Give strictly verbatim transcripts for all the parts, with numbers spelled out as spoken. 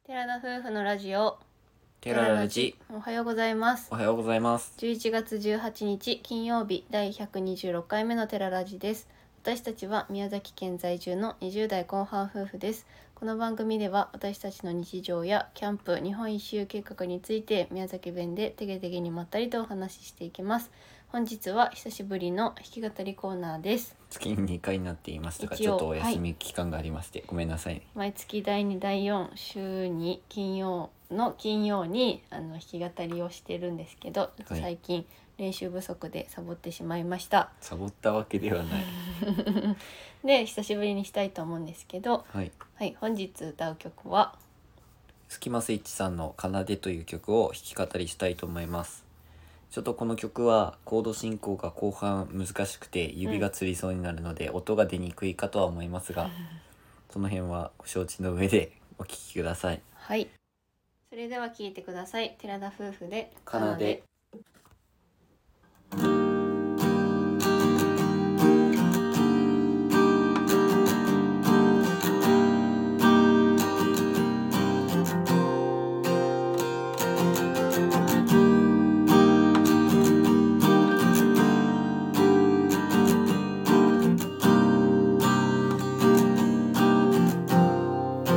寺田夫婦のラジオテララジ。 おはようございます。 おはようございます。 じゅういちがつじゅうはちにち金曜日だいひゃくにじゅうろっかいめのテララジです。私たちは宮崎県在住のにじゅうだいこう半夫婦です。この番組では私たちの日常やキャンプ、日本一周計画について宮崎弁でてげてげにまったりとお話ししていきます。本日は久しぶりの弾き語りコーナーです。 月ににかいになっていましたが、 一応ちょっとお休み期間がありまして、ごめんなさい。 毎月だいにだいよん週に金曜の金曜にあの弾き語りをしてるんですけど、ちょっと最近練習不足でサボってしまいました。 サボったわけではない。 で久しぶりにしたいと思うんですけど、 はい。 はい、本日歌う曲はスキマスイッチさんの奏でという曲を弾き語りしたいと思います。ちょっとこの曲はコード進行が後半難しくて指がつりそうになるので、音が出にくいかとは思いますが、その辺はご承知の上でお聴きください。 はい、それでは聴いてください。寺田夫婦で奏で。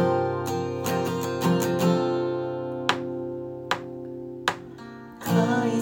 帰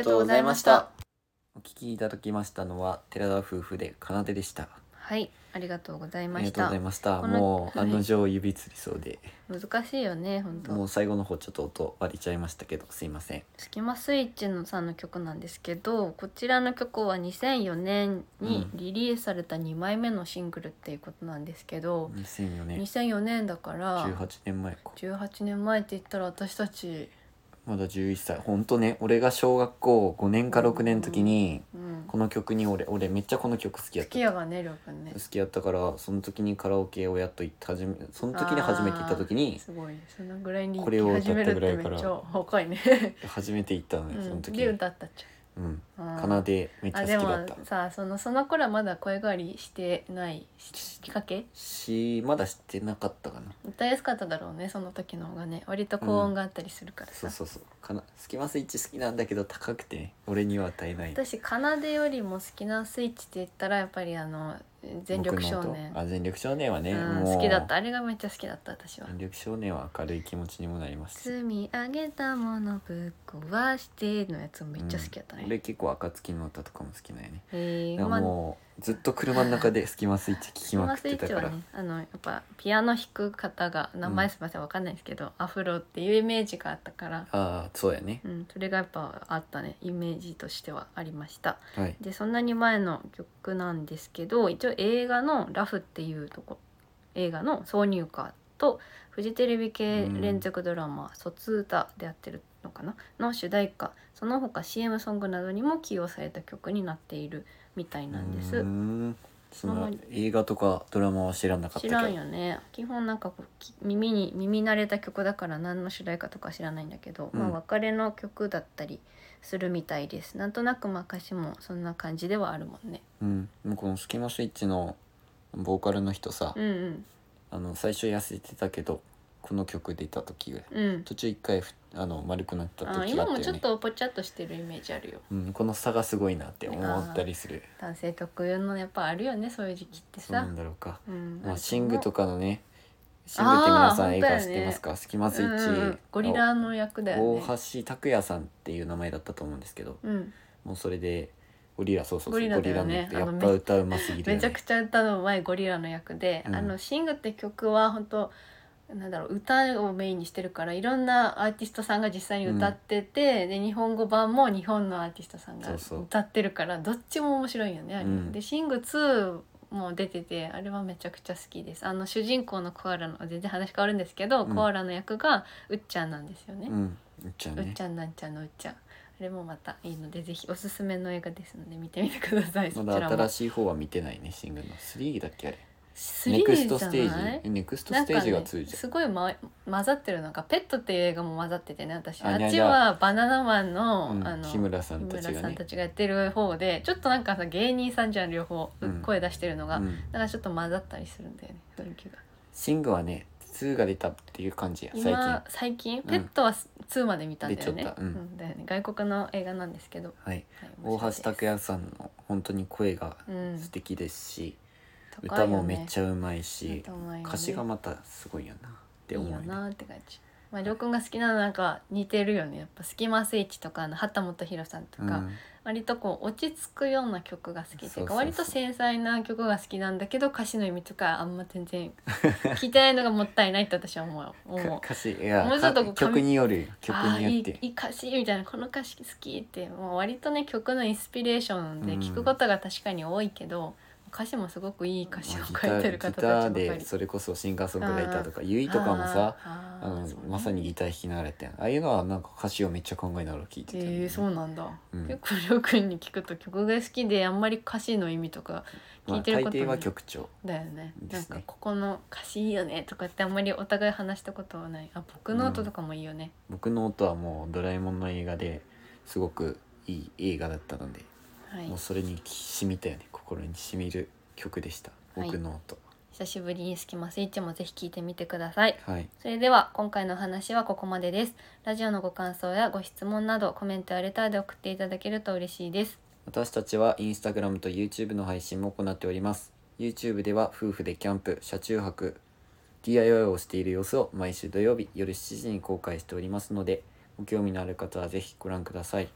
とうございました。 お聞きいただきましたのは寺田夫婦で奏でした。 はい、ありがとうございあました。 りがとうございました。 このもうはい案の定指つりそうで、 難しいよね、本当。 もう最後の方ちょっと音割れちゃいましたけどすいません。 スキマスイッチのさんの曲なんですけど、こちらの曲はにせんよねんにリリースされたにまいめのシングルっていうことなんですけど、 にせんよねんにせんよねんだからじゅうはちねんまえか。 じゅうはちねんまえって言ったら私たち、 まだじゅういっさい。ほんとね、俺が小学校ごねんかろくねんの時にうん、 この曲に俺俺めっちゃこの曲好きやった。 好きやがね、りょうくんね。 好きやったから、その時にカラオケをやっと行って始めその時に初めて行った時にすごい、そのぐらいにこれを歌った始めるっぐらいからてめっちゃ若いね。 初めて行ったのよ、そのうん、 時で歌ったっちゃうんうん奏でめっちゃあでも好きだったさ、そのその頃はまだ声変わりしてないきっかけし、まだ知ってなかったかな。 歌いやすかっただろうね、その時の方がね。割と高音があったりするからさ、 そうそうそうかな。スキマスイッチ好きなんだけど高くてね、俺には与えない。 私奏でよりも好きなスイッチって言ったらやっぱりあの全力少年、 僕の音あ全力少年はね、 うん、 もう好きだった。あれがめっちゃ好きだった私は。 全力少年は明るい気持ちにもなりますし、 積み上げたものぶっ壊してのやつめっちゃ好きだったね、 うん、俺結構暁の歌とかも好きなんやね。 へえだからもうずっと車の中でスキマスイッチ聴きまくってたから、 スキマスイッチはね、あのやっぱピアノ弾く方が名前すみませんわかんないですけど、アフロっていうイメージがあったから、 ああそうやね、 うん、それがやっぱあったね、イメージとしてはありました。 はい。 でそんなに前の曲なんですけど、一応映画のラフっていうとこ映画の挿入歌とフジテレビ系連続ドラマ「卒歌」でやってるのかなの主題歌、その他 シーエム ソングなどにも起用された曲になっているみたいなんです。 うーんその映画とかドラマは知らなかったけど。 知らんよね。基本なんかこう耳に耳慣れた曲だから何の主題歌とか知らないんだけど、 うんまあ別れの曲だったりするみたいです。なんとなくまあ歌詞もそんな感じではあるもんね。 うんでもこのスキマスイッチのボーカルの人さ、 うんうんあの最初痩せてたけどこの曲出た時うん。 途中一回ふあの丸くなった時がああったよね。 今もちょっとぽちゃっとしてるイメージあるよ。 うん、この差がすごいなって思ったりする。 男性特有のやっぱあるよね、そういう時期ってさそうなん。だろうか。 うんまあ、シングとかかのね、シングって皆さん映画あー本当やね知ってますか？スキマスイッチ、 うんうん、ゴリラの役だよね。 大橋拓也さんっていう名前だったと思うんですけど、 うん、 もうそれでゴリラそうそうそうゴリラだよねゴリラのあのやっぱ歌うますぎるよね。 めちゃくちゃ歌のうまいゴリラの役で、 うんあのシングって曲は本当なんだろう、歌をメインにしてるからいろんなアーティストさんが実際に歌ってて、で日本語版も日本のアーティストさんがそうそう歌ってるからどっちも面白いよねあれ、 うんでシングツーも出てて、あれはめちゃくちゃ好きです。あの主人公のコアラの全然話変わるんですけど、 うんコアラの役がうっちゃんなんですよね、 うん、うっちゃんね。 うっちゃんなんちゃんのうっちゃん、あれもまたいいのでぜひおすすめの映画ですので見てみてください。そまちらもだ新しい方は見てないね、シングルのスリーだっけあれ。 スネクストスじゃテないージネクストなんかステージがねツーじゃん。 すごい、ま、混ざってるのがペットっていう映画も混ざっててね、私ああっちはバナナマンの,、 うんあの日村さんたちがね日村さんたちがやってる方で、ちょっとなんかさ芸人さんじゃん両方、 うん声出してるのが、 うんだからちょっと混ざったりするんだよね、雰囲気が。 シングはねツーが出たっていう感じや最近。 今最近ペットはツーまで見たんだよね、 出ちゃったうんうんだよね、外国の映画なんですけど、 はい、 はい、 大橋拓也さんの本当に声が也素敵ですし、 高いよね歌もめっちゃうまいし、 歌うまいよね歌詞がまたすごいよなって思うよね。 いいよなって感じ。まあ、りょうくんが好きなのなんか似てるよね。やっぱスキマスイッチとかあの畑本博さんとか、 うん割とこう落ち着くような曲が好きっていうか、 そうそうそう割と繊細な曲が好きなんだけど歌詞の意味とかあんま全然聞いてないのがもったいないって私は思う思う。 か歌詞いやもうちょっとこうか曲によるよ曲あーいいによっていい歌詞みたいな、この歌詞好きってもう割とね曲のインスピレーションで聞くことが確かに多いけど、歌詞もすごくいい歌詞を書いてる方たちばかり。 ギターでそれこそシンガーソングライターとかゆいとかもさあーあのそうねまさにギター弾きながらやってんああいうのはなんか歌詞をめっちゃ考えながら聴いてたよね、 えー、そうなんだ、 うん結構りょうくんに聞くと曲が好きであんまり歌詞の意味とかまあ、 聞いてる大抵ことなはい曲調だよね。 ですねなんかここの歌詞いいよねとかってあんまりお互い話したことはない。あ、僕の音とかもいいよね、 僕の音はもうドラえもんの映画ですごくいい映画だったので、 はいもうそれに染みたよね、心に染みる曲でした僕の音。 久しぶりにスキマスイッチもぜひ聞いてみてください。 はい、 それでは今回の話はここまでです。ラジオのご感想やご質問などコメントやレターで送っていただけると嬉しいです。 私たちはインスタグラムと YouTube の配信も行っております。 YouTube では夫婦でキャンプ、車中泊、 ディーアイワイ をしている様子を毎週土曜日夜しちじに公開しておりますので、ご興味のある方はぜひご覧ください。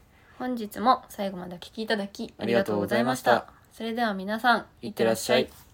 本日も最後までお聞きいただきあありがとうございました。 それでは皆さんいってらっしゃい。